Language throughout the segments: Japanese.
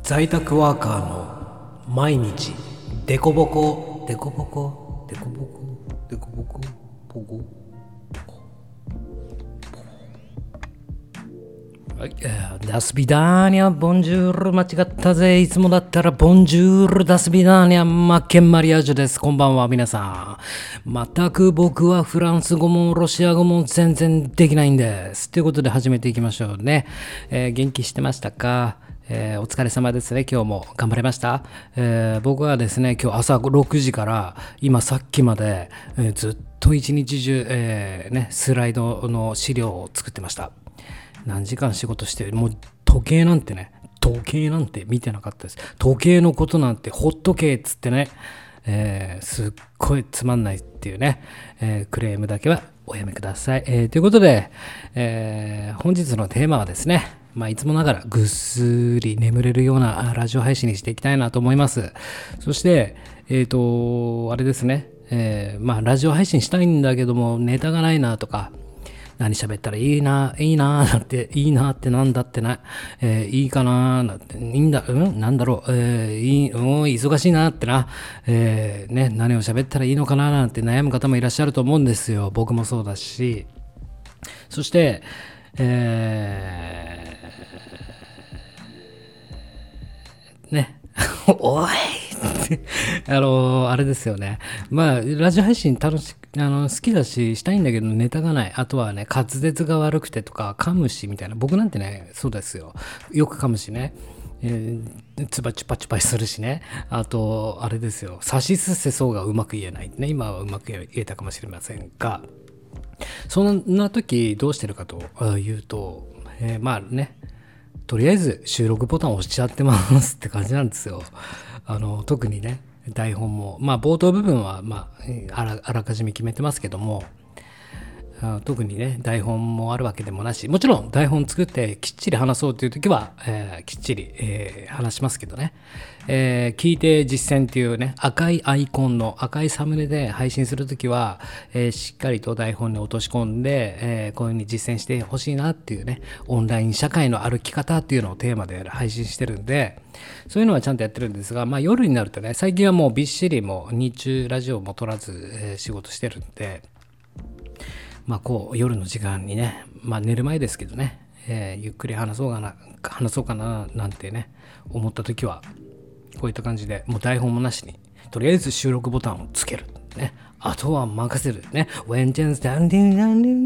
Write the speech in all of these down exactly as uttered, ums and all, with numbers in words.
在宅ワーカーの毎日デコボコデコボコデコボコデコボコボコはい、ダスビダーニャボンジュール間違ったぜ。いつもだったらボンジュールダスビダーニャマッケンマリアージュです。こんばんは皆さん。全く僕はフランス語もロシア語も全然できないんです。ということで始めていきましょうね。えー、元気してましたか？えー、お疲れ様ですね。今日も頑張れました。えー、僕はですね、今日朝ろくじから今さっきまで、えー、ずっと一日中、えーね、スライドの資料を作ってました。何時間仕事して、もう時計なんてね、時計なんて見てなかったです。時計のことなんてほっとけっつってね、えー、すっごいつまんないっていうね、えー、クレームだけはおやめください。えー、ということで、えー、本日のテーマはですね、まあ、いつもながらぐっすり眠れるようなラジオ配信にしていきたいなと思います。そして、えっと、あれですね、えー、まあ、ラジオ配信したいんだけども、ネタがないなとか、何喋ったらいいな、いいな、なんて、いいなってなんだってな、えー、いいかな、なんて、いいんだ、うんなんだろう、えー、いい、うん、忙しいなってな、えー、ね、何を喋ったらいいのかな、なんて悩む方もいらっしゃると思うんですよ。僕もそうだし。そして、えー、ね、おいあのー、あれですよね。まあ、ラジオ配信楽しあの好きだし、したいんだけどネタがない。あとはね、滑舌が悪くてとか、噛むしみたいな。僕なんてね、そうですよ。よく噛むしね。えー、つばチュパチュパするしね。あと、あれですよ。さしすせそうがうまく言えない。ね、今はうまく言えたかもしれませんが、そんな時どうしてるかというと、えー、まあね、とりあえず収録ボタンを押しちゃってますって感じなんですよ。あの特にね、台本もまあ冒頭部分はまああらあらかじめ決めてますけども、特にね台本もあるわけでもなし、もちろん台本作ってきっちり話そうという時は、えー、きっちり、えー、話しますけどね、えー、聞いて実践っていうね赤いアイコンの赤いサムネで配信するときは、えー、しっかりと台本に落とし込んで、えー、こういうふうに実践してほしいなっていうね、オンライン社会の歩き方っていうのをテーマで配信してるんで、そういうのはちゃんとやってるんですが、まあ夜になるとね、最近はもうびっしりもう日中ラジオも取らず、えー、仕事してるんで、まあこう夜の時間にね、まあ寝る前ですけどね、えー、ゆっくり話そうかな話そうかななんてね思った時はこういった感じで、もう台本もなしにとりあえず収録ボタンをつけるね、あとは任せるね。When just standing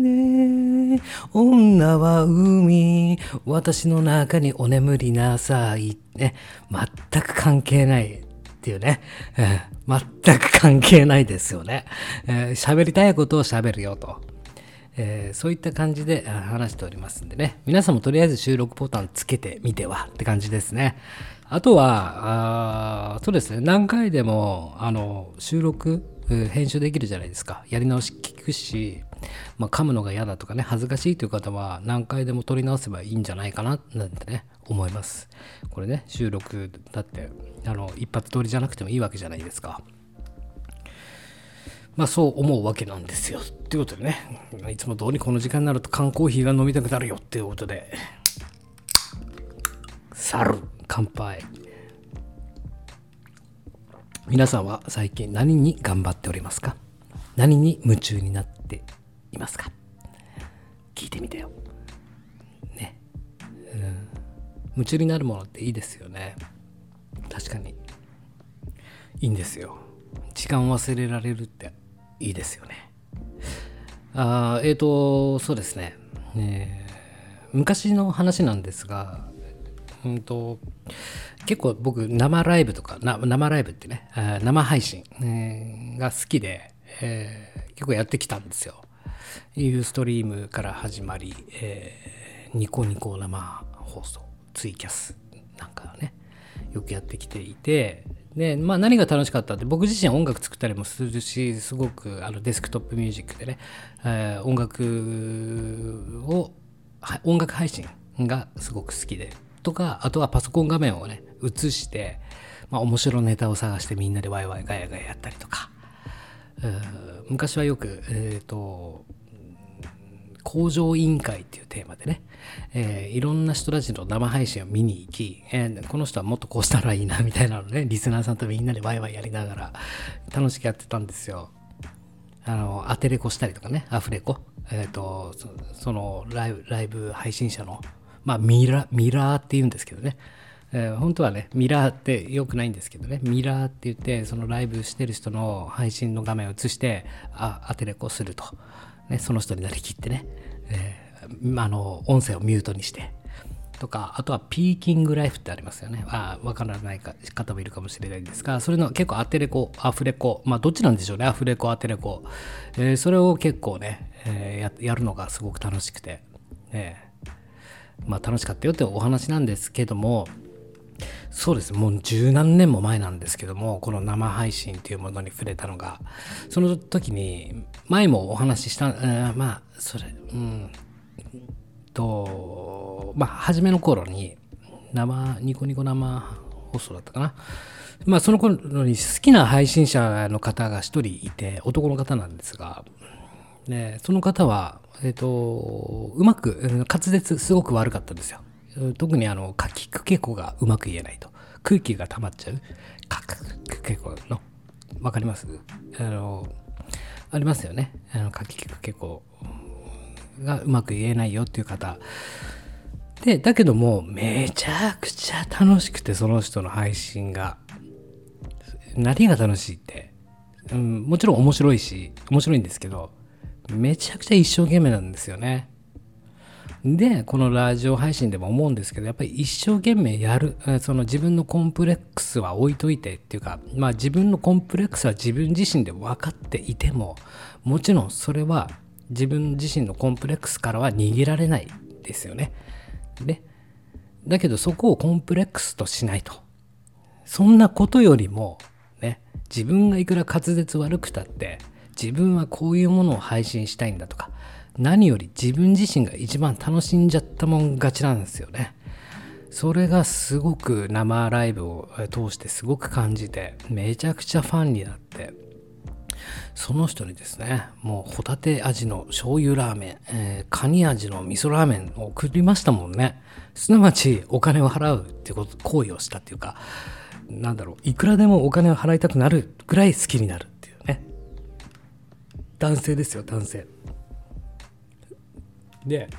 standing 女は海、私の中にお眠りなさいね、全く関係ないっていうね、えー、全く関係ないですよね。えー、喋りたいことを喋るよと。えー、そういった感じで話しておりますんでね、皆さんもとりあえず収録ボタンつけてみてはって感じですね。あとはあそうですね、何回でもあの収録編集できるじゃないですか。やり直し聞くし、まあ、噛むのが嫌だとかね、恥ずかしいという方は何回でも撮り直せばいいんじゃないかななんてね思います。これね、収録だってあの一発撮りじゃなくてもいいわけじゃないですか。まあそう思うわけなんですよ。ということでね、いつも通りこの時間になると缶コーヒーが飲みたくなるよっていうことで、サル乾杯。皆さんは最近何に頑張っておりますか？何に夢中になっていますか？聞いてみてよ。ね、うん、夢中になるものっていいですよね。確かにいいんですよ。時間忘れられるっていいですよね。あえーとそうですね、えー、昔の話なんですが、うんと結構僕生ライブとかな生ライブってね、生配信、えー、が好きで、えー、結構やってきたんですよ。ユーストリームから始まり、えー、ニコニコ生放送、ツイキャスなんかねよくやってきていて、で、まあ、何が楽しかったって、僕自身音楽作ったりもするし、すごくあのデスクトップミュージックでね、えー、音楽を音楽配信がすごく好きでとか、あとはパソコン画面をね映して、まあ、面白ネタを探してみんなでワイワイガヤガヤやったりとか、昔はよく、えーと向上委員会っていうテーマでね、えー、いろんな人たちの生配信を見に行き、えー、この人はもっとこうしたらいいなみたいなのね、リスナーさんとみんなでワイワイやりながら楽しくやってたんですよ。あのアテレコしたりとかね、アフレコ、えっと そ, そのライブライブ配信者のまあミラミラーって言うんですけどね、えー、本当はねミラーって良くないんですけどね、ミラーって言ってそのライブしてる人の配信の画面を映してあアテレコすると、ね、その人になりきってね、えー、あの音声をミュートにしてとか、あとはピーキングライフってありますよね。あわからない方もいるかもしれないんですが、それの結構アテレコ、アフレコ、まあどっちなんでしょうね、アフレコ、アテレコ。えー、それを結構ね、えーや、やるのがすごく楽しくて、えー、まあ楽しかったよってお話なんですけども、そうです、もう十何年も前なんですけども、この生配信っていうものに触れたのが、その時に、前もお話しした、えー、まあ、それ、うん、とまあ初めの頃に生ニコニコ生放送だったかな、まあその頃に好きな配信者の方が一人いて、男の方なんですが、でその方はえっ、ー、とうまく滑舌すごく悪かったんですよ。特にあのかきくけこがうまく言えないと、空気が溜まっちゃうかきくけこのわかります？あのありますよね、あのかきくけこがうまく言えないよっていう方で、だけどもめちゃくちゃ楽しくて、その人の配信が何が楽しいって、うん、もちろん面白いし面白いんですけど、めちゃくちゃ一生懸命なんですよね。でこのラジオ配信でも思うんですけど、やっぱり一生懸命やる、その自分のコンプレックスは置いといてっていうか、まあ自分のコンプレックスは自分自身で分かっていても、もちろんそれは自分自身のコンプレックスからは逃げられないですよね。でだけどそこをコンプレックスとしないと、そんなことよりもね、自分がいくら滑舌悪くたって自分はこういうものを配信したいんだとか、何より自分自身が一番楽しんじゃったもん勝ちなんですよね。それがすごく生ライブを通してすごく感じて、めちゃくちゃファンになって、その人にですね、もうホタテ味の醤油ラーメン、えー、カニ味の味噌ラーメンを送りましたもんね。すなわちお金を払うっていうこと、行為をしたっていうか、なんだろう、いくらでもお金を払いたくなるぐらい好きになるっていうね、男性ですよ、男性で、やっ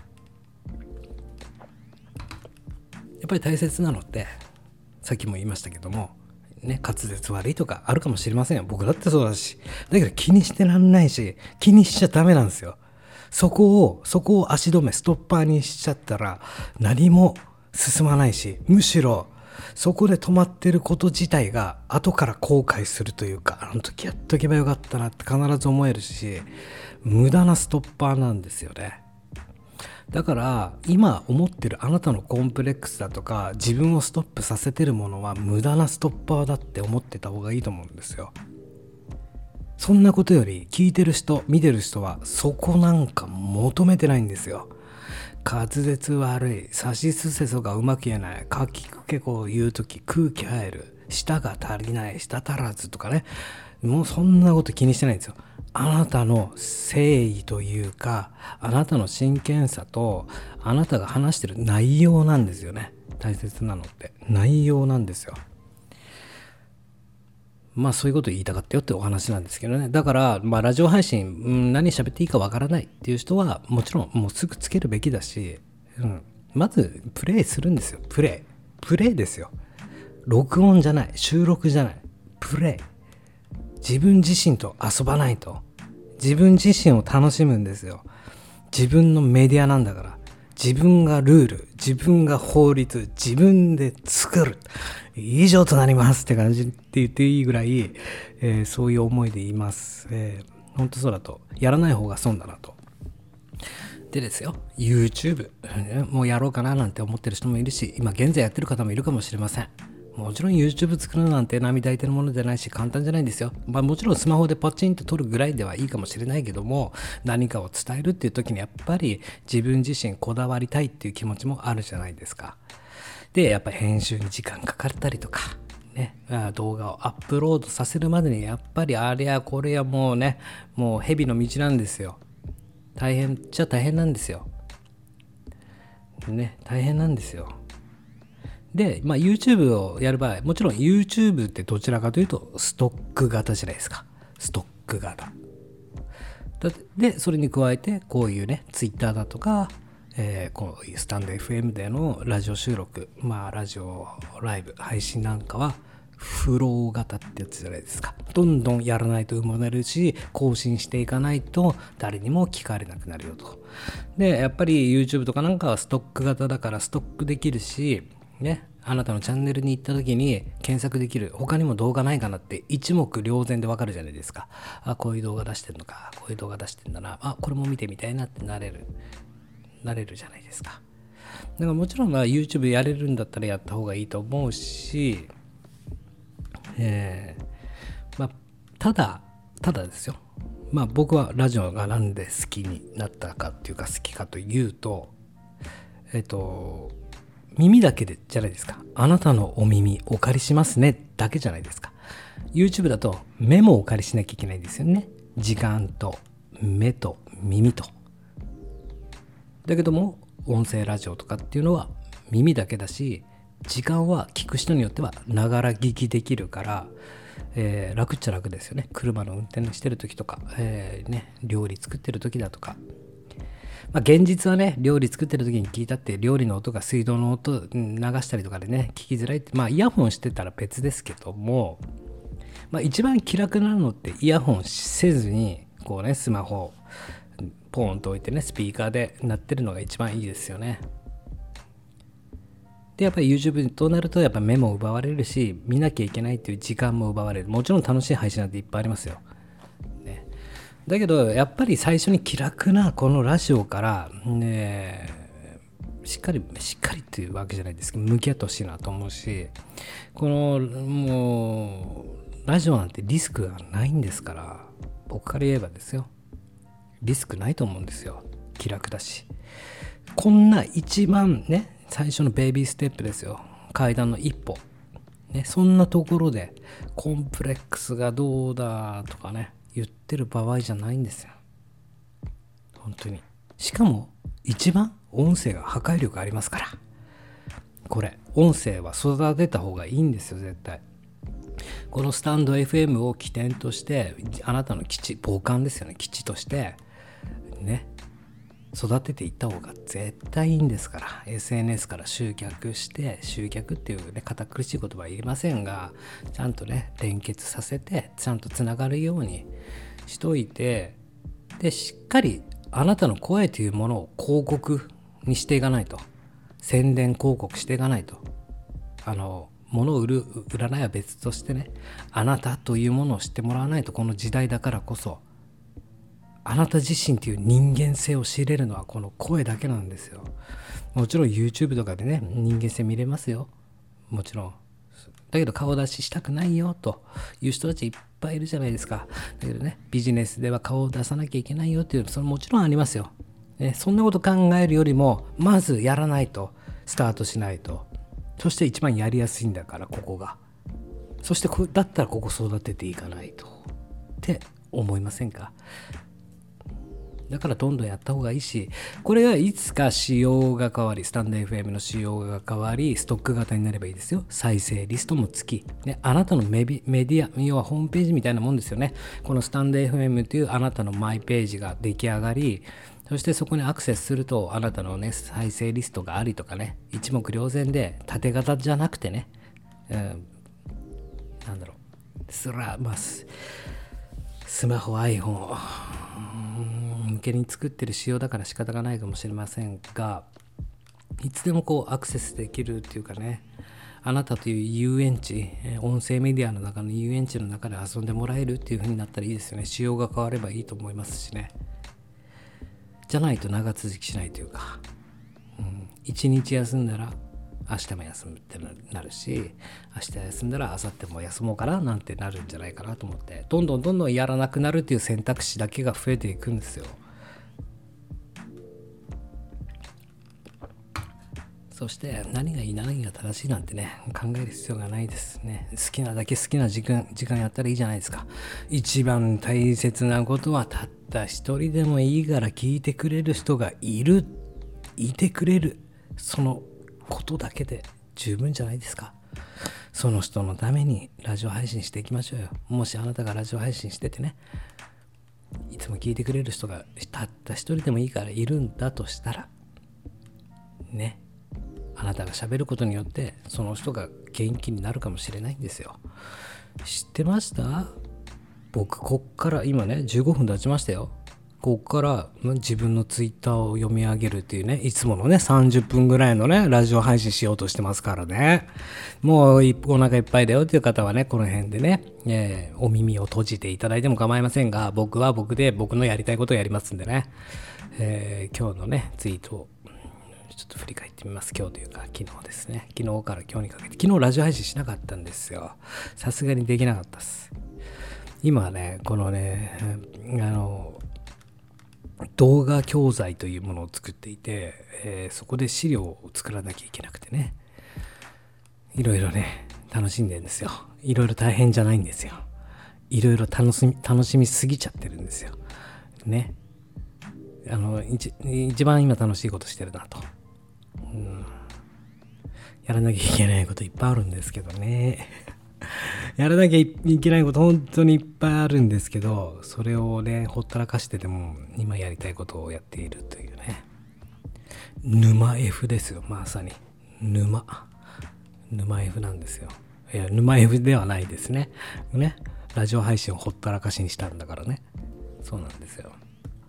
ぱり大切なのって、さっきも言いましたけどもね、滑舌悪いとかあるかもしれませんよ。僕だってそうだし。だけど気にしてらんないし、気にしちゃダメなんですよ。そこを、そこを足止め、ストッパーにしちゃったら何も進まないし、むしろそこで止まってること自体が後から後悔するというか、あの時やっとけばよかったなって必ず思えるし、無駄なストッパーなんですよね。だから今思ってるあなたのコンプレックスだとか、自分をストップさせてるものは無駄なストッパーだって思ってた方がいいと思うんですよ。そんなことより聞いてる人、見てる人はそこなんか求めてないんですよ。滑舌悪い、さしすせそがうまく言えない、かきくけこを言うとき空気入る、舌が足りない、舌足らずとかね、もうそんなこと気にしてないんですよ。あなたの誠意というか、あなたの真剣さと、あなたが話してる内容なんですよね。大切なのって内容なんですよ。まあそういうこと言いたかったよってお話なんですけどね。だからまあラジオ配信、うん、何喋っていいかわからないっていう人はもちろんもうすぐつけるべきだし、うん、まずプレイするんですよ。プレイプレイですよ。録音じゃない、収録じゃない、プレイ。自分自身と遊ばないと。自分自身を楽しむんですよ。自分のメディアなんだから。自分がルール、自分が法律、自分で作る。以上となりますって感じって言っていいぐらい、えー、そういう思いでいます。えー、本当そうだと。やらない方が損だなと。でですよ、YouTube、もうやろうかななんて思ってる人もいるし、今現在やってる方もいるかもしれません。もちろん YouTube 作るなんて並大抵のものじゃないし簡単じゃないんですよ。まあもちろんスマホでパチンと撮るぐらいではいいかもしれないけども、何かを伝えるっていう時にやっぱり自分自身こだわりたいっていう気持ちもあるじゃないですか。で、やっぱり編集に時間かかったりとか、ね、動画をアップロードさせるまでにやっぱりあれやこれやもうね、もう蛇の道なんですよ。 大変っちゃ大変なんですよ。ね、大変なんですよ。で、まあ、YouTube をやる場合、もちろん YouTube ってどちらかというとストック型じゃないですか。ストック型。で、それに加えてこういうね、Twitter だとか、えー、こういうスタンド エフエム でのラジオ収録、まあラジオライブ配信なんかはフロー型ってやつじゃないですか。どんどんやらないと埋もれるし、更新していかないと誰にも聞かれなくなるよと。で、やっぱり YouTube とかなんかはストック型だからストックできるし、ね、あなたのチャンネルに行った時に検索できる、他にも動画ないかなって一目瞭然でわかるじゃないですか。あ、こういう動画出してんのか、こういう動画出してんだな、あ、これも見てみたいなってなれるなれるじゃないですか。だからもちろんまあ YouTube やれるんだったらやった方がいいと思うし、えー、まあただただですよ、まあ僕はラジオがなんで好きになったかっていうか、好きかというと、えっと耳だけでじゃないですか。あなたのお耳お借りしますねだけじゃないですか。 YouTube だと目もお借りしなきゃいけないんですよね。時間と目と耳と。だけども音声ラジオとかっていうのは耳だけだし、時間は聞く人によってはながら聞きできるから、えー、楽っちゃ楽ですよね。車の運転してる時とか、えーね、料理作ってる時だとか、まあ、現実はね、料理作ってる時に聞いたって料理の音が水道の音流したりとかでね、聞きづらいって、まあイヤホンしてたら別ですけども、まあ一番気楽なのってイヤホンせずにこうね、スマホポーンと置いてね、スピーカーで鳴ってるのが一番いいですよね。でやっぱり YouTube となるとやっぱ目も奪われるし、見なきゃいけないっていう時間も奪われる。もちろん楽しい配信なんていっぱいありますよ、ね、だけどやっぱり最初に気楽なこのラジオからね、しっかりしっかりっていうわけじゃないですけど向き合ってほしいなと思うし、このもうラジオなんてリスクがないんですから、僕から言えばですよ、リスクないと思うんですよ。気楽だし、こんな一番ね、最初のベイビーステップですよ。階段の一歩、ね、そんなところでコンプレックスがどうだとかね言ってる場合じゃないんですよ、本当に。しかも一番音声が破壊力ありますから、これ音声は育てた方がいいんですよ、絶対。このスタンド エフエム を起点として、あなたの基地、母艦ですよね、基地としてね、育てていった方が絶対いいんですから。 エスエヌエス から集客して、集客っていうね堅苦しい言葉は言いませんが、ちゃんとね連結させてちゃんとつながるようにしといて、でしっかりあなたの声というものを広告にしていかないと、宣伝広告していかないと、あの物を売る売らないは別としてね、あなたというものを知ってもらわないと、この時代だからこそあなた自身という人間性を知れるのはこの声だけなんですよ。もちろん YouTube とかでね人間性見れますよ、もちろん。だけど顔出ししたくないよという人たちいっぱいいるじゃないですか。だけどね、ビジネスでは顔を出さなきゃいけないよっていうの、それもちろんありますよ、ね、そんなこと考えるよりもまずやらないと、スタートしないと。そして一番やりやすいんだから、ここが。そしてこだったらここ育てていかないとって思いませんか。だからどんどんやった方がいいし、これがいつか仕様が変わり、スタンド エフエム の仕様が変わり、ストック型になればいいですよ。再生リストもつき、ね、あなたのメディア、要はホームページみたいなもんですよね。このスタンド エフエム というあなたのマイページが出来上がり、そしてそこにアクセスするとあなたのね再生リストがありとかね、一目瞭然で縦型じゃなくてね、うん、なんだろう、すらまあスマホ iPhone向けに作ってる仕様だから仕方がないかもしれませんが、いつでもこうアクセスできるっていうかね、あなたという遊園地、音声メディアの中の遊園地の中で遊んでもらえるっていう風になったらいいですよね。仕様が変わればいいと思いますしね。じゃないと長続きしないというか、うん、一日休んだら明日も休むってなるし、明日休んだら明後日も休もうかななんてなるんじゃないかなと思って、どんどんどんどんやらなくなるっていう選択肢だけが増えていくんですよ。そして何がいい何が正しいなんてね考える必要がないですね。好きなだけ好きな時間時間やったらいいじゃないですか。一番大切なことはたっった一人でもいいから聞いてくれる人がいる、いてくれる、そのことだけで十分じゃないですか。その人のためにラジオ配信していきましょうよ。もしあなたがラジオ配信しててね、いつも聞いてくれる人がたった一人でもいいからいるんだとしたらね、あなたが喋ることによってその人が元気になるかもしれないんですよ。知ってました？僕こっから今ねじゅうごふん経ちましたよ。こっから自分のツイッターを読み上げるっていうね、いつものねさんじゅっぷんぐらいのねラジオ配信しようとしてますからね。もうお腹いっぱいだよっていう方はね、この辺でね、えー、お耳を閉じていただいても構いませんが、僕は僕で僕のやりたいことをやりますんでね、えー、今日のねツイートをちょっと振り返ってみます。今日というか昨日ですね。昨日から今日にかけて、昨日ラジオ配信しなかったんですよ。さすがにできなかったです。今はね、このね、あの動画教材というものを作っていて、えー、そこで資料を作らなきゃいけなくてね、いろいろね楽しんでるんですよ。いろいろ大変じゃないんですよ。いろいろ楽しみ楽しみすぎちゃってるんですよね。あの一一番今楽しいことしてるなと、うん、やらなきゃいけないこといっぱいあるんですけどねやらなきゃいけないこと本当にいっぱいあるんですけど、それをねほったらかしてでも今やりたいことをやっているというね、沼 F ですよ。まさに沼沼 F なんですよ。いや沼 F ではないですね。ね、ラジオ配信をほったらかしにしたんだからね。そうなんですよ。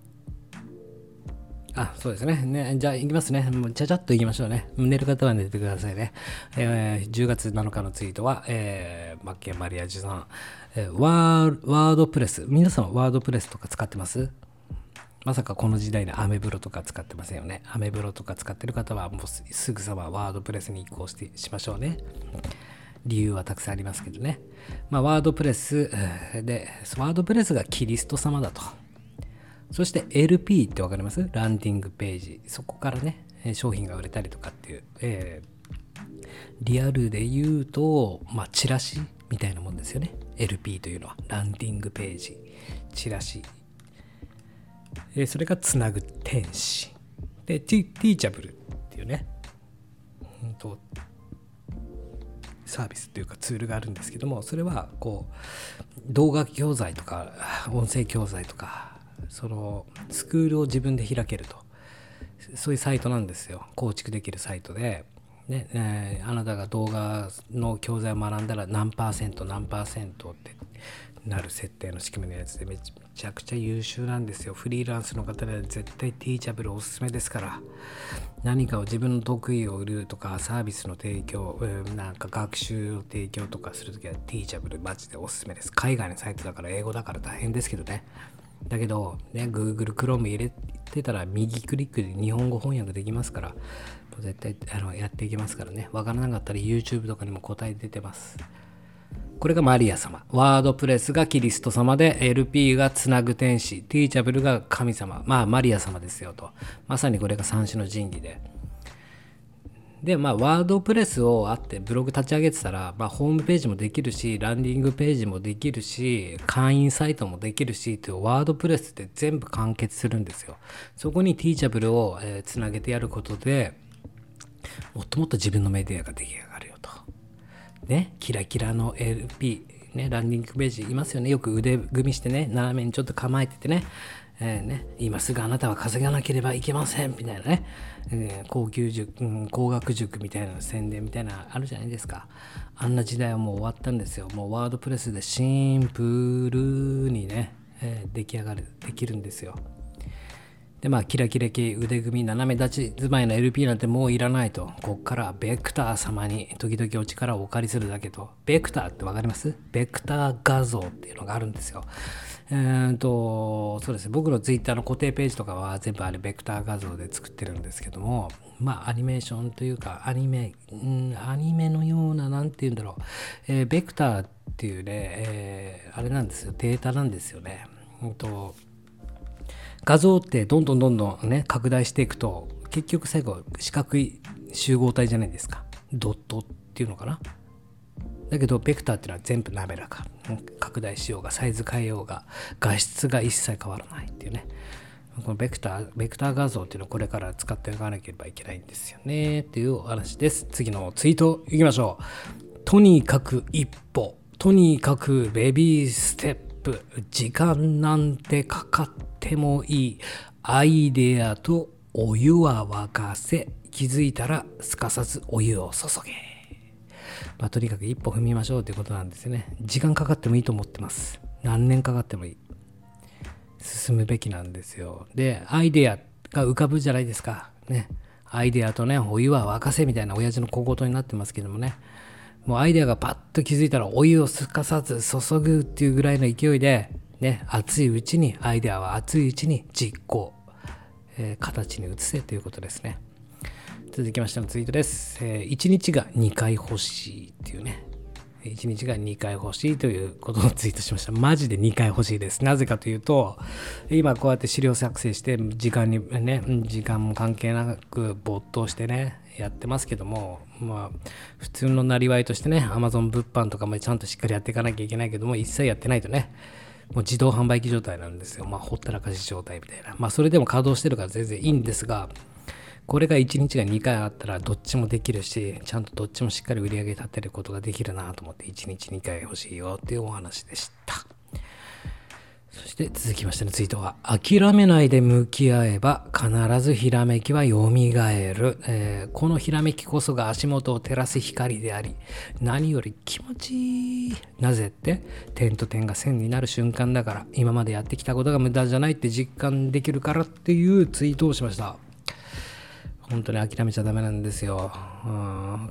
あ、そうですね。ね、じゃあ行きますね。もうちゃちゃっと行きましょうね。寝る方は寝てくださいね。えー、じゅうがつなのかのツイートは、えー、マッケンマリアージュさん、えー、ワー、ワードプレス。皆さんワードプレスとか使ってます？まさかこの時代にアメブロとか使ってませんよね。アメブロとか使ってる方はもうすぐさまワードプレスに移行してしましょうね。理由はたくさんありますけどね。まあ、ワードプレスで、ワードプレスがキリスト様だと。そして エルピー ってわかります？ランディングページ。そこからね、商品が売れたりとかっていう、えー、リアルで言うと、まあ、チラシみたいなもんですよね。エルピー というのは。ランディングページ、チラシ。えー、それがつなぐ天使。で、ティーチャブルっていうね、うんと、サービスというかツールがあるんですけども、それはこう動画教材とか音声教材とか、そのスクールを自分で開けると、そういうサイトなんですよ。構築できるサイトで、ねえー、あなたが動画の教材を学んだら何パーセント何パーセントってなる設定の仕組みのやつで、めちゃくちゃ優秀なんですよ。フリーランスの方では絶対ティーチャブルおすすめですから。何かを自分の得意を売るとか、サービスの提供、なんか学習を提供とかするときはティーチャブルマジでおすすめです。海外のサイトだから英語だから大変ですけどね。だけどね、Google Chrome 入れてたら右クリックで日本語翻訳できますから、絶対あのやっていけますからね。わからなかったら YouTube とかにも答え出てます。これがマリア様。ワードプレスがキリスト様で、エルピー がつなぐ天使、ティーチャブルが神様。まあマリア様ですよと。まさにこれが三種の神器で。で、まあワードプレスをあってブログ立ち上げてたら、まあホームページもできるし、ランディングページもできるし、会員サイトもできるし、というワードプレスって全部完結するんですよ。そこにティーチャブルを、えー、つなげてやることで、もっともっと自分のメディアが出来上がるよと。ね、キラキラの エルピー、ね、ランディングページいますよね。よく腕組みしてね、斜めにちょっと構えててね、えー、ね、今すぐあなたは稼がなければいけませんみたいなね、えー、高級塾、うん、高学塾みたいな宣伝みたいなあるじゃないですか。あんな時代はもう終わったんですよ。もうワードプレスでシンプルにね、えー、出来上がる、できるんですよ。でまあキラキラ系腕組み斜め立ち住まいの エルピー なんてもういらないと。こっからベクター様に時々お力をお借りするだけと。ベクターってわかります？ベクター画像っていうのがあるんですよ。えーとそうですね、僕のツイッターの固定ページとかは全部あれベクター画像で作ってるんですけども、まあアニメーションというかアニメ、うん、アニメのような、なんていうんだろう、えー、ベクターっていうね、えー、あれなんですよ、データなんですよね。うんと画像ってどんどんどんどんね拡大していくと、結局最後四角い集合体じゃないですか。ドットっていうのかな。だけどベクターっていうのは全部滑らか、 拡大しようがサイズ変えようが画質が一切変わらないっていうね、このベクターベクター画像っていうのをこれから使っていかなければいけないんですよねっていうお話です。次のツイートいきましょう。とにかく一歩、とにかくベビーステップ、時間なんてかかってもいい、アイデアとお湯は沸かせ、気づいたらすかさずお湯を注げ。まあ、とにかく一歩踏みましょうということなんですよね。時間かかってもいいと思ってます。何年かかってもいい。進むべきなんですよ。で、アイデアが浮かぶじゃないですか。ね。アイデアとね、お湯は沸かせみたいな親父の小言になってますけどもね。もうアイデアがパッと気づいたらお湯をすかさず注ぐっていうぐらいの勢いで、ね、熱いうちに、アイデアは熱いうちに実行、えー、形に移せということですね。続きましてのツイートです。えー、いちにちがにかい欲しいっていうね。いちにちがにかい欲しいということをツイートしました。マジでにかい欲しいです。なぜかというと、今こうやって資料作成して、時間にね、時間も関係なく没頭してね、やってますけども、まあ、普通のなりわいとしてね、Amazon 物販とかもちゃんとしっかりやっていかなきゃいけないけども、一切やってないとね、もう自動販売機状態なんですよ。まあ、ほったらかし状態みたいな。まあ、それでも稼働してるから全然いいんですが、これがいちにちがにかいあったらどっちもできるし、ちゃんとどっちもしっかり売り上げ立てることができるなと思っていちにちにかい欲しいよっていうお話でした。そして続きましてのツイートは、諦めないで向き合えば必ずひらめきはよみがえる、えー、このひらめきこそが足元を照らす光であり、何より気持ちいい。なぜって、点と点が線になる瞬間だから、今までやってきたことが無駄じゃないって実感できるからっていうツイートをしました。本当に諦めちゃダメなんですよ。うん、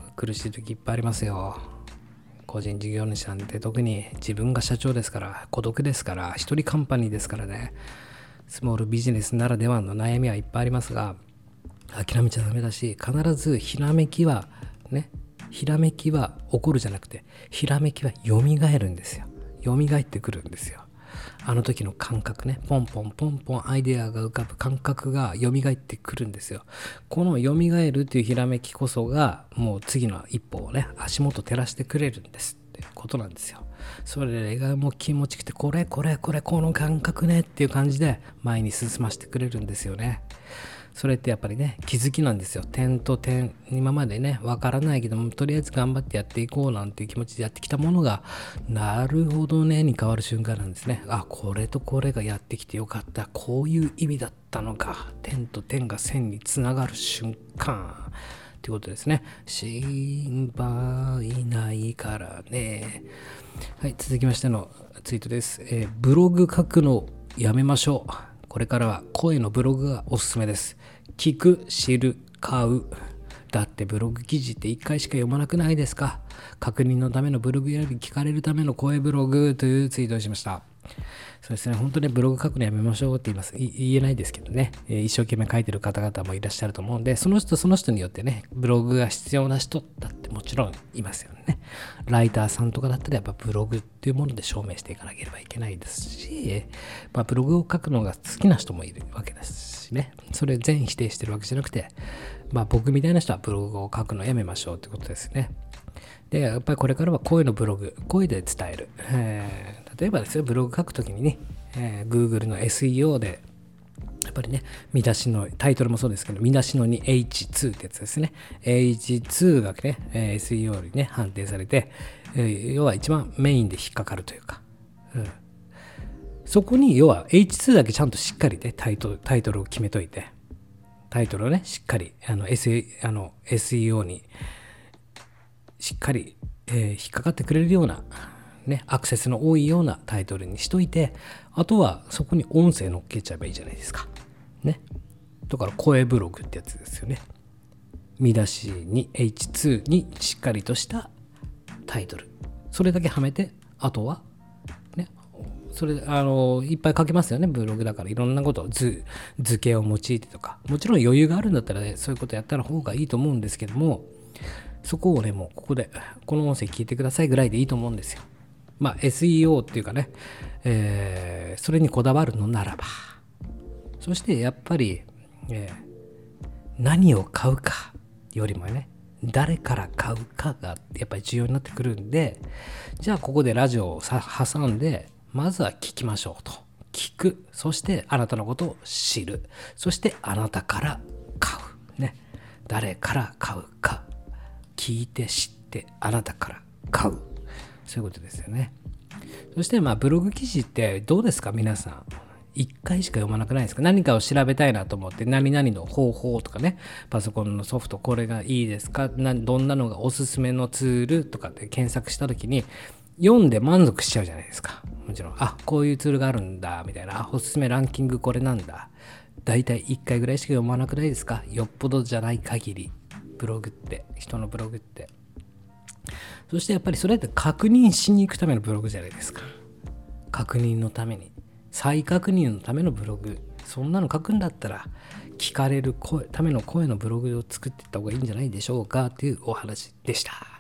苦しい時いっぱいありますよ。個人事業主なんて特に自分が社長ですから、孤独ですから、一人カンパニーですからね、スモールビジネスならではの悩みはいっぱいありますが、諦めちゃダメだし、必ずひらめきはね、ひらめきは起こるじゃなくて、ひらめきは蘇るんですよ。蘇ってくるんですよ。あの時の感覚ね、ポンポンポンポンアイデアが浮かぶ感覚が蘇ってくるんですよ。この蘇るっていうひらめきこそが、もう次の一歩をね、足元照らしてくれるんですってことなんですよ。それがもう気持ちくて、これこれこれこの感覚ねっていう感じで前に進ませてくれるんですよね。それってやっぱりね、気づきなんですよ。点と点、今までね、わからないけども、とりあえず頑張ってやっていこうなんていう気持ちでやってきたものが、なるほどね、に変わる瞬間なんですね。あ、これとこれがやってきてよかった。こういう意味だったのか。点と点が線につながる瞬間。ということですね。心配ないからね。はい、続きましてのツイートです。えー、ブログ書くのやめましょう。これからは声のブログがおすすめです。聞く、知る、買う。だってブログ記事っていっかいしか読まなくないですか。確認のためのブログより聞かれるための声ブログというツイートをしました。そうですね、本当にブログ書くのやめましょうって言います。言えないですけどね、えー、一生懸命書いてる方々もいらっしゃると思うんで、その人その人によってね、ブログが必要な人だってもちろんいますよね。ライターさんとかだったらやっぱブログっていうもので証明していかなければいけないですし、まあ、ブログを書くのが好きな人もいるわけですしね。それ全否定してるわけじゃなくて、まあ、僕みたいな人はブログを書くのやめましょうってことですね。で、やっぱりこれからは声のブログ、声で伝える。えー、例えばですよ、ブログ書くときにね、えー、Google の エスイーオー で、やっぱりね、見出しの、タイトルもそうですけど、見出しのに エイチツー ってやつですね。エイチツー がね、エスイーオー にね、判定されて、えー、要は一番メインで引っかかるというか、うん、そこに要は エイチツー だけちゃんとしっかりね、タイトル、タイトルを決めといて、タイトルをね、しっかり、あの、S、あの エスイーオー に、しっかり、えー、引っかかってくれるような、ね、アクセスの多いようなタイトルにしといて、あとはそこに音声乗っけちゃえばいいじゃないですか。ね。だから声ブログってやつですよね。見出しに エイチツー にしっかりとしたタイトル。それだけはめて、あとは、ね、それ、あの、いっぱい書けますよね、ブログだからいろんなことを図、図形を用いてとか。もちろん余裕があるんだったらね、そういうことやったら方がいいと思うんですけども、そこをね、もうここで、この音声聞いてくださいぐらいでいいと思うんですよ。まあ エスイーオー っていうかね、えー、それにこだわるのならば。そしてやっぱり、えー、何を買うかよりもね、 誰から買うかがやっぱり重要になってくるんで、じゃあここでラジオをさ挟んで、まずは聞きましょうと。聞く。そしてあなたのことを知る。そしてあなたから買う。ね。誰から買うか。聞いて知ってあなたから買う。そういうことですよね。そしてまあブログ記事ってどうですか皆さん。いっかいしか読まなくないですか？何かを調べたいなと思って何々の方法とかね、パソコンのソフトこれがいいですか、などんなのがおすすめのツールとかって検索した時に読んで満足しちゃうじゃないですか。もちろんあこういうツールがあるんだみたいな、あおすすめランキングこれなんだ、だいたいいっかいぐらいしか読まなくないですか？よっぽどじゃない限りブログって人のブログって。そしてやっぱりそれって確認しに行くためのブログじゃないですか。確認のために、再確認のためのブログ、そんなの書くんだったら聞かれる声ための声のブログを作っていった方がいいんじゃないでしょうかというお話でした。はい、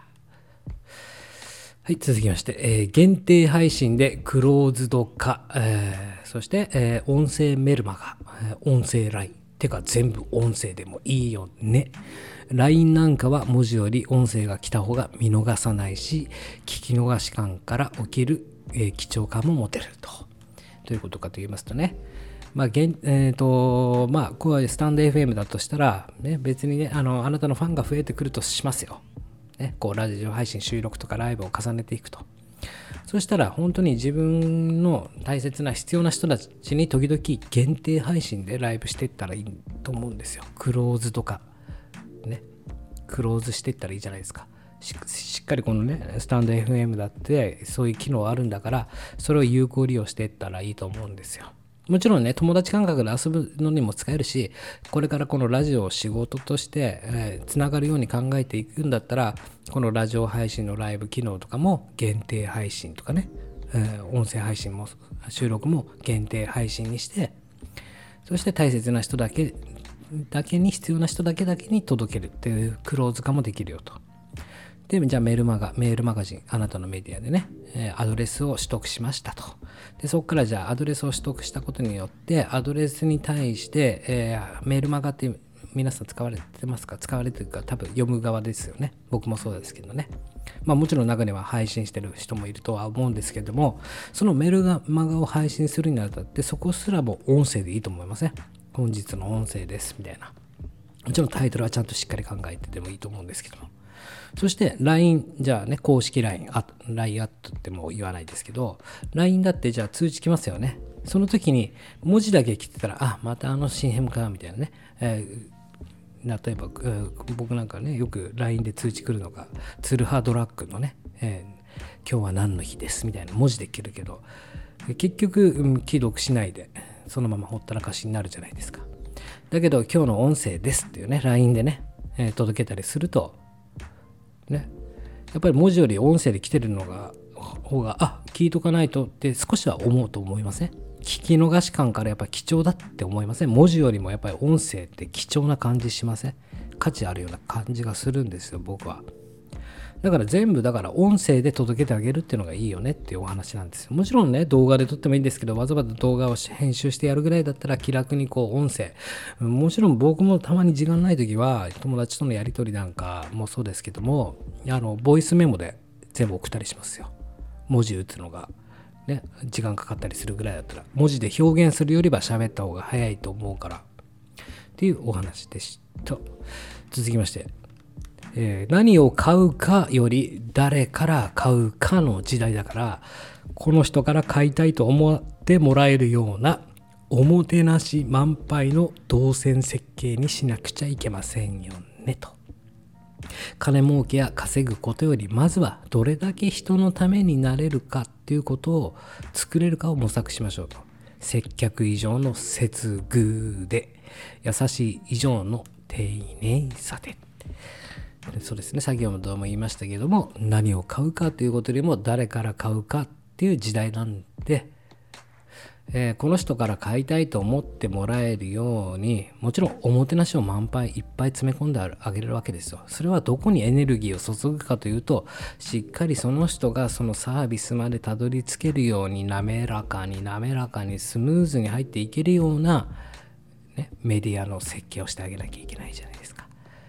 続きまして、えー、限定配信でクローズド化、えー、そして、えー、音声メルマガ、えー、音声 ライン てか全部音声でもいいよね。 ライン なんかは文字より音声が来た方が見逃さないし、聞き逃し感から起きる、えー、貴重感も持てると。どういうことかと言いますとね、まあ現えーとまあ、こういうスタンド エフエム だとしたら、ね、別にねあの、あなたのファンが増えてくるとしますよ。ね、こうラジオ配信、収録とかライブを重ねていくと。そしたら本当に自分の大切な必要な人たちに時々限定配信でライブしていったらいいと思うんですよ。クローズとかね、クローズしていったらいいじゃないですか。し, しっかりこのねスタンド エフエム だってそういう機能あるんだから、それを有効利用していったらいいと思うんですよ。もちろんね友達感覚で遊ぶのにも使えるし、これからこのラジオを仕事としてえー、つながるように考えていくんだったら、このラジオ配信のライブ機能とかも限定配信とかね、えー、音声配信も収録も限定配信にして、そして大切な人だけだけに、必要な人だけだけに届けるっていうクローズ化もできるよと。で、じゃあメールマガ、メールマガジン、あなたのメディアでね、えー、アドレスを取得しましたと。で、そこからじゃあアドレスを取得したことによって、アドレスに対して、えー、メールマガって皆さん使われてますか？使われてるか、多分読む側ですよね。僕もそうですけどね。まあもちろん中には配信してる人もいるとは思うんですけども、そのメールマガを配信するにあたって、そこすらも音声でいいと思いますね。本日の音声ですみたいな。もちろんタイトルはちゃんとしっかり考えててもいいと思うんですけども。そして ライン、 じゃあね、公式 ライン、ライン アットってもう言わないですけど、ライン だってじゃあ通知来ますよね。その時に文字だけ来てたら、あ、またあの シーエム かみたいなね。えー、例えば、えー、僕なんかね、よく ライン で通知来るのが、ツルハドラッグのね、えー、今日は何の日ですみたいな文字で来るけど、結局、うん、既読しないで、そのままほったらかしになるじゃないですか。だけど、今日の音声ですっていうね、ライン でね、えー、届けたりすると、ね、やっぱり文字より音声で来てるのが方が、あ、聞いとかないとって少しは思うと思いません？聞き逃し感からやっぱり貴重だって思いません？文字よりもやっぱり音声って貴重な感じしません？価値あるような感じがするんですよ、僕は。だから全部だから音声で届けてあげるっていうのがいいよねっていうお話なんですよ。もちろんね、動画で撮ってもいいんですけど、わざわざ動画を編集してやるぐらいだったら気楽にこう音声、もちろん僕もたまに時間ない時は友達とのやり取りなんかもそうですけども、あのボイスメモで全部送ったりしますよ。文字打つのがね、時間かかったりするぐらいだったら、文字で表現するよりは喋った方が早いと思うからっていうお話でした。続きまして、えー、何を買うかより誰から買うかの時代だから、この人から買いたいと思ってもらえるようなおもてなし満杯の動線設計にしなくちゃいけませんよねと。金儲けや稼ぐことより、まずはどれだけ人のためになれるかっていうことを作れるかを模索しましょうと。接客以上の接遇で、優しい以上の丁寧さで。そうですね、先ほども言いましたけども、何を買うかということよりも誰から買うかっていう時代なんで、えー、この人から買いたいと思ってもらえるように、もちろんおもてなしを満杯いっぱい詰め込んであげれるわけですよ。それはどこにエネルギーを注ぐかというと、しっかりその人がそのサービスまでたどり着けるように、滑らかに滑らかにスムーズに入っていけるような、ね、メディアの設計をしてあげなきゃいけないじゃないですか。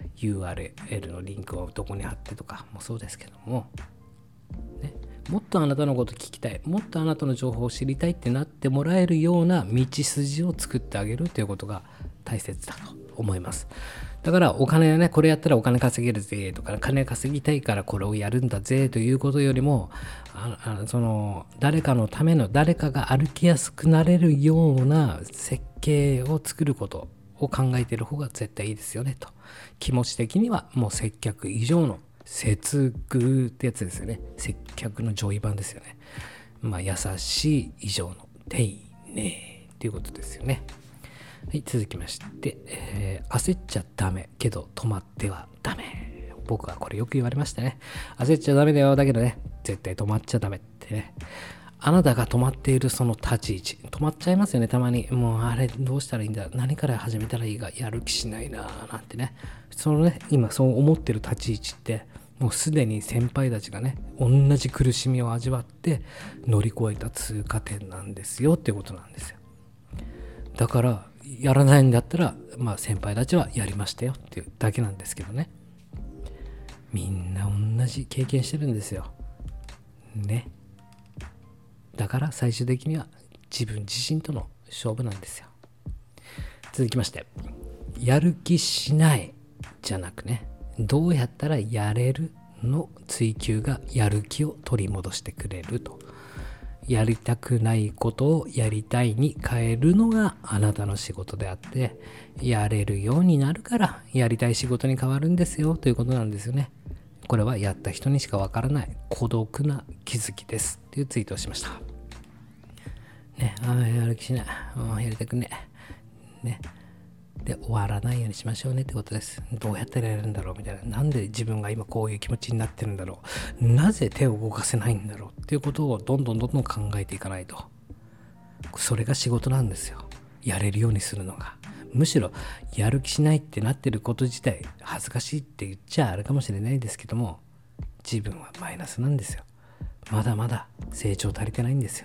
ユーアールエル のリンクをどこに貼ってとかもそうですけども、ね、もっとあなたのこと聞きたい、もっとあなたの情報を知りたいってなってもらえるような道筋を作ってあげるということが大切だと思います。だからお金ね、これやったらお金稼げるぜとか、金稼ぎたいからこれをやるんだぜということよりも、ああその誰かのための、誰かが歩きやすくなれるような設計を作ることを考えている方が絶対いいですよねと。気持ち的にはもう接客以上の接遇ってやつですよね。接客の上位版ですよね。まあ優しい以上の丁寧っていうことですよね。はい、続きまして、えー、焦っちゃダメけど止まってはダメ。僕はこれよく言われましたね。焦っちゃダメだよ、だけどね、絶対止まっちゃダメってね。あなたが止まっているその立ち位置、止まっちゃいますよね、たまに。もうあれどうしたらいいんだ、何から始めたらいいか、やる気しないなーなんてね。そのね、今そう思ってる立ち位置って、もうすでに先輩たちがね、同じ苦しみを味わって乗り越えた通過点なんですよってことなんですよ。だからやらないんだったら、まあ先輩たちはやりましたよっていうだけなんですけどね。みんな同じ経験してるんですよ。ね。だから最終的には自分自身との勝負なんですよ。続きまして、やる気しないじゃなくね、どうやったらやれるの追求がやる気を取り戻してくれると。やりたくないことをやりたいに変えるのがあなたの仕事であって、やれるようになるからやりたい仕事に変わるんですよということなんですよね。これはやった人にしかわからない孤独な気づきですっていうツイートをしました。ね、ああやる気しない、ああやりたくねえね。で終わらないようにしましょうねってことです。どうやったらやれるんだろうみたいな。なんで自分が今こういう気持ちになってるんだろう。なぜ手を動かせないんだろうっていうことをどんどんどんどん考えていかないと。それが仕事なんですよ。やれるようにするのが。むしろやる気しないってなってること自体恥ずかしいって言っちゃあるかもしれないですけども、自分はマイナスなんですよ。まだまだ成長足りてないんですよ。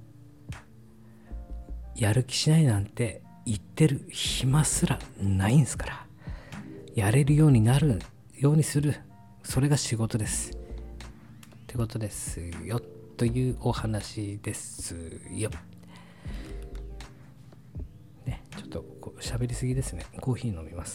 やる気しないなんて言ってる暇すらないんですから、やれるようになるようにする、それが仕事ですってことですよというお話ですよ、ね、ちょっと喋りすぎですね。コーヒー飲みます。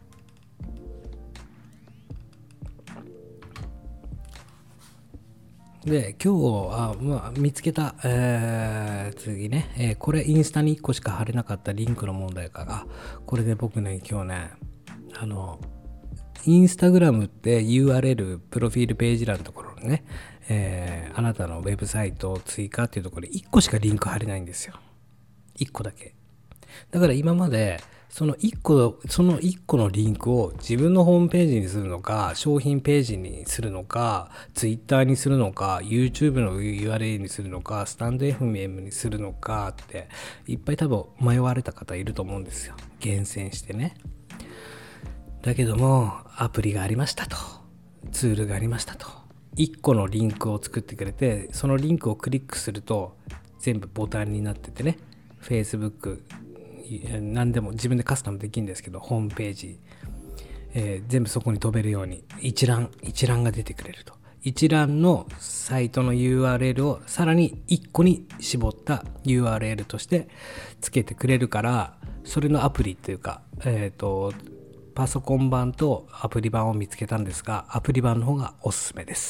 で今日あ、まあ、見つけた、えー、次ね、えー、これインスタにいっこしか貼れなかったリンクの問題かが、これで僕ね今日ね、あのインスタグラムって ユーアールエル プロフィールページ欄のところにね、えー、あなたのウェブサイトを追加っていうところでいっこしかリンク貼れないんですよ。いっこだけ。だから今までそのいっこ、そのいっこのリンクを自分のホームページにするのか、商品ページにするのか、Twitter にするのか、YouTube の ユーアールエル にするのか、スタンド エフエム にするのかっていっぱい多分迷われた方いると思うんですよ。厳選してね。だけどもアプリがありましたと、ツールがありましたと、いっこのリンクを作ってくれて、そのリンクをクリックすると全部ボタンになっててね、 Facebook 何でも自分でカスタムできるんですけど、ホームページ、えー、全部そこに飛べるように一覧一覧が出てくれると。一覧のサイトの ユーアールエル をさらにいっこに絞った ユーアールエル としてつけてくれるから、それのアプリっていうか、えっとパソコン版とアプリ版を見つけたんですが、アプリ版の方がおすすめです。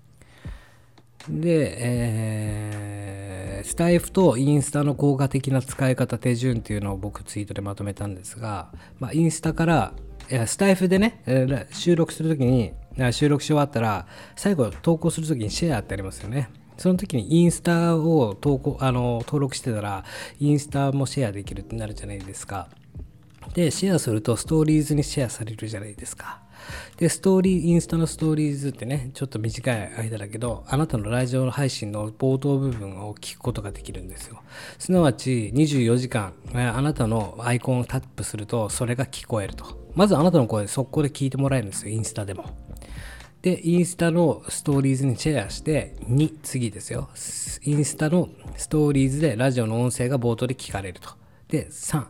で、えー、スタイフとインスタの効果的な使い方手順っていうのを僕ツイートでまとめたんですが、まあ、インスタからいやスタイフでね、えー、収録するときに収録し終わったら最後投稿するときにシェアってありますよね。その時にインスタを投稿あの登録してたらインスタもシェアできるってなるじゃないですか。でシェアするとストーリーズにシェアされるじゃないですか。でストーリーインスタのストーリーズってね、ちょっと短い間だけどあなたのラジオ配信の冒頭部分を聞くことができるんですよ。すなわちにじゅうよじかんあなたのアイコンをタップするとそれが聞こえると。まずあなたの声速攻で聞いてもらえるんですよ、インスタでも。でインスタのストーリーズにシェアしてに、次ですよ、インスタのストーリーズでラジオの音声が冒頭で聞かれると。でさん、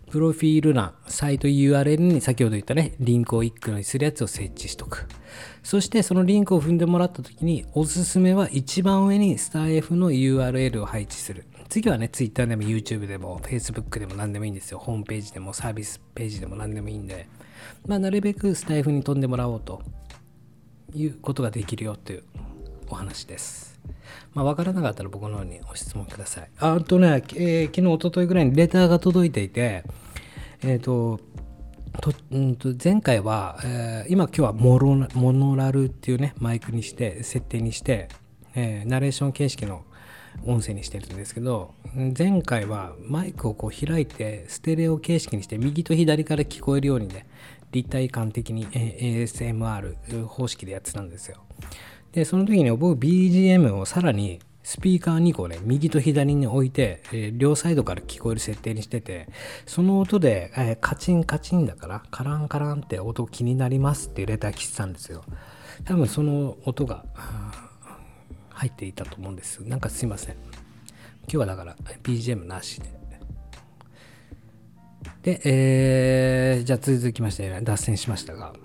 プロフィール欄、サイト ユーアールエル に先ほど言ったね、リンクをいっこにするやつを設置しとく。そしてそのリンクを踏んでもらった時に、おすすめは一番上にスタイフの ユーアールエル を配置する。次はね、Twitter でも YouTube でも Facebook でも何でもいいんですよ。ホームページでもサービスページでも何でもいいんで、まあ、なるべくスタイフに飛んでもらおうということができるよというお話です。まあ、分からなかったら僕の方にご質問ください。あとね、えー、昨日、一昨日ぐらいにレターが届いていて、えっ、ー、と、とうんと前回は、えー、今今日はモロモノラルっていうね、マイクにして、設定にして、えー、ナレーション形式の音声にしてるんですけど、前回はマイクをこう開いて、ステレオ形式にして、右と左から聞こえるようにね、立体感的に エーエスエムアール 方式でやってたんですよ。で、その時に僕 ビージーエム をさらにスピーカーにこね、右と左に置いて、えー、両サイドから聞こえる設定にしてて、その音で、えー、カチンカチンだから、カランカランって音気になりますっていうレター来てたんですよ。多分その音が入っていたと思うんです。なんかすいません。今日はだから ビージーエム なしで。で、えー、じゃあ続きまして、脱線しましたが、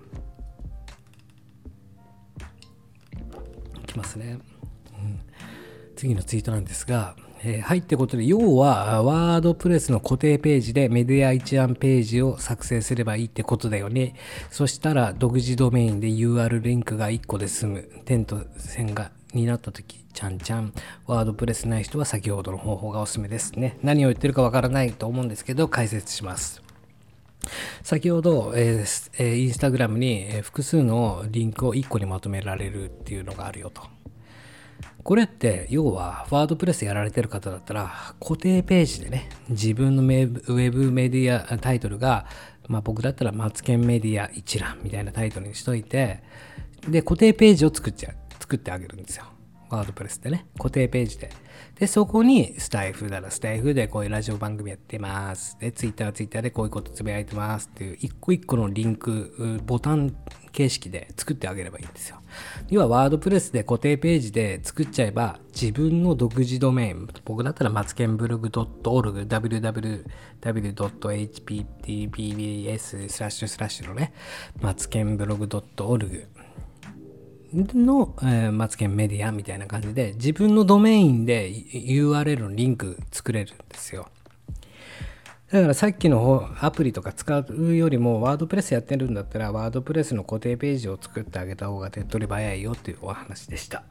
いきますね。うん、次のツイートなんですが、えー、はいってことで、要はワードプレスの固定ページでメディア一覧ページを作成すればいいってことだよね。そしたら独自ドメインで ユーアール リンクがいっこで済む。点と線がになったとき、ちゃんちゃん。ワードプレスない人は先ほどの方法がおすすめですね。何を言ってるかわからないと思うんですけど、解説します。先ほど、えーえー、インスタグラムに複数のリンクをいっこにまとめられるっていうのがあるよと。これって要はワードプレスやられてる方だったら固定ページでね、自分のウェブメディアタイトルが、まあ、僕だったらマツケンメディア一覧みたいなタイトルにしといて、で固定ページを作っちゃう作ってあげるんですよ。ワードプレスでね、固定ページで。で、そこにスタイフならスタイフでこういうラジオ番組やってます。で、ツイッターはツイッターでこういうことつぶやいてますっていう一個一個のリンク、ボタン形式で作ってあげればいいんですよ。要はワードプレスで固定ページで作っちゃえば自分の独自ドメイン、僕だったらマツケンブログ .org、ダブリューダブリューダブリュードットエイチピーティーピービーエス スラッシュスラッシュのね、マツケンブログ .orgの、えー、マツケンメディアみたいな感じで自分のドメインで ユーアールエル のリンク作れるんですよ。だからさっきのアプリとか使うよりもワードプレスやってるんだったらワードプレスの固定ページを作ってあげた方が手っ取り早いよっていうお話でした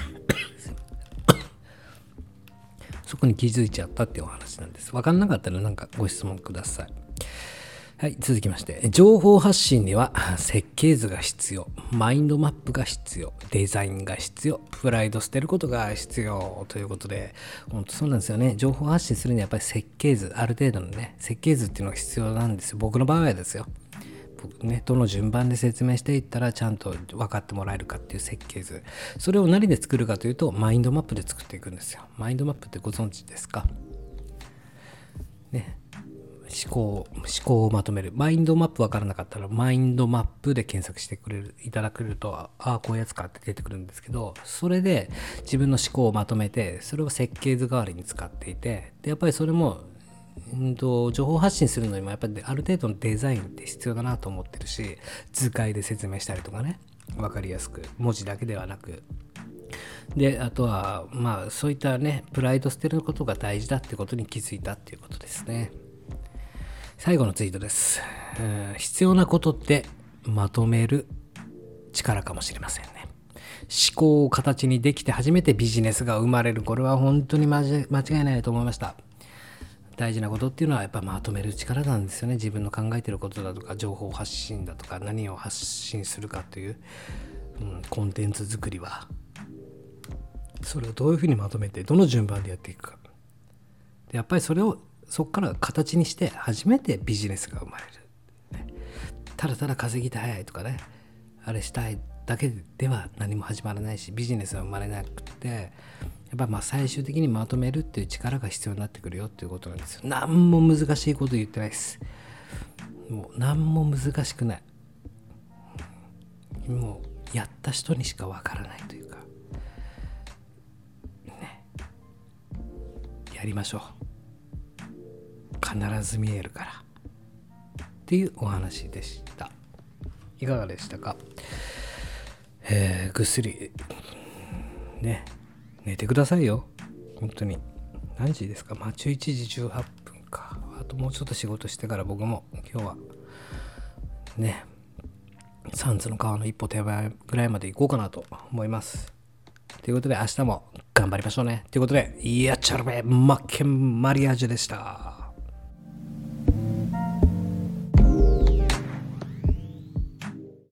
そこに気づいちゃったっていうお話なんです。分かんなかったらなんかご質問ください。はい、続きまして、情報発信には設計図が必要、マインドマップが必要、デザインが必要、プライド捨てることが必要ということで、本当そうなんですよね。情報発信するにはやっぱり設計図、ある程度のね、設計図っていうのが必要なんですよ。僕の場合はですよ。僕ね、どの順番で説明していったらちゃんと分かってもらえるかっていう設計図。それを何で作るかというと、マインドマップで作っていくんですよ。マインドマップってご存知ですか？ね。思考、思考をまとめる。マインドマップわからなかったら、マインドマップで検索してくれる、いただけると、ああ、こういうやつかって出てくるんですけど、それで自分の思考をまとめて、それを設計図代わりに使っていて、で、やっぱりそれも、うんと、情報発信するのにも、やっぱりある程度のデザインって必要だなと思ってるし、図解で説明したりとかね、わかりやすく、文字だけではなく、で、あとは、まあ、そういったね、プライド捨てることが大事だってことに気づいたっていうことですね。最後のツイートです。必要なことってまとめる力かもしれませんね。思考を形にできて初めてビジネスが生まれる。これは本当に間違いないと思いました。大事なことっていうのはやっぱまとめる力なんですよね。自分の考えてることだとか情報発信だとか何を発信するかという、うん、コンテンツ作りはそれをどういうふうにまとめてどの順番でやっていくか。でやっぱりそれをそこから形にして初めてビジネスが生まれる、ね、ただただ稼ぎたいとかね、あれしたいだけでは何も始まらないし、ビジネスは生まれなくて、やっぱまあ最終的にまとめるっていう力が必要になってくるよっていうことなんですよ。何も難しいこと言ってないです。もう何も難しくない。もうやった人にしかわからないというかね、やりましょう。必ず見えるから。 っていうお話でした。いかがでしたか？えー、ぐっすりね寝てくださいよ。本当に何時ですか？まあじゅういちじじゅうはっぷんか。あともうちょっと仕事してから僕も今日はねサンズの川の一歩手前ぐらいまで行こうかなと思います。ということで明日も頑張りましょうね。ということでやっちゃるべマッケンマリアージュでした。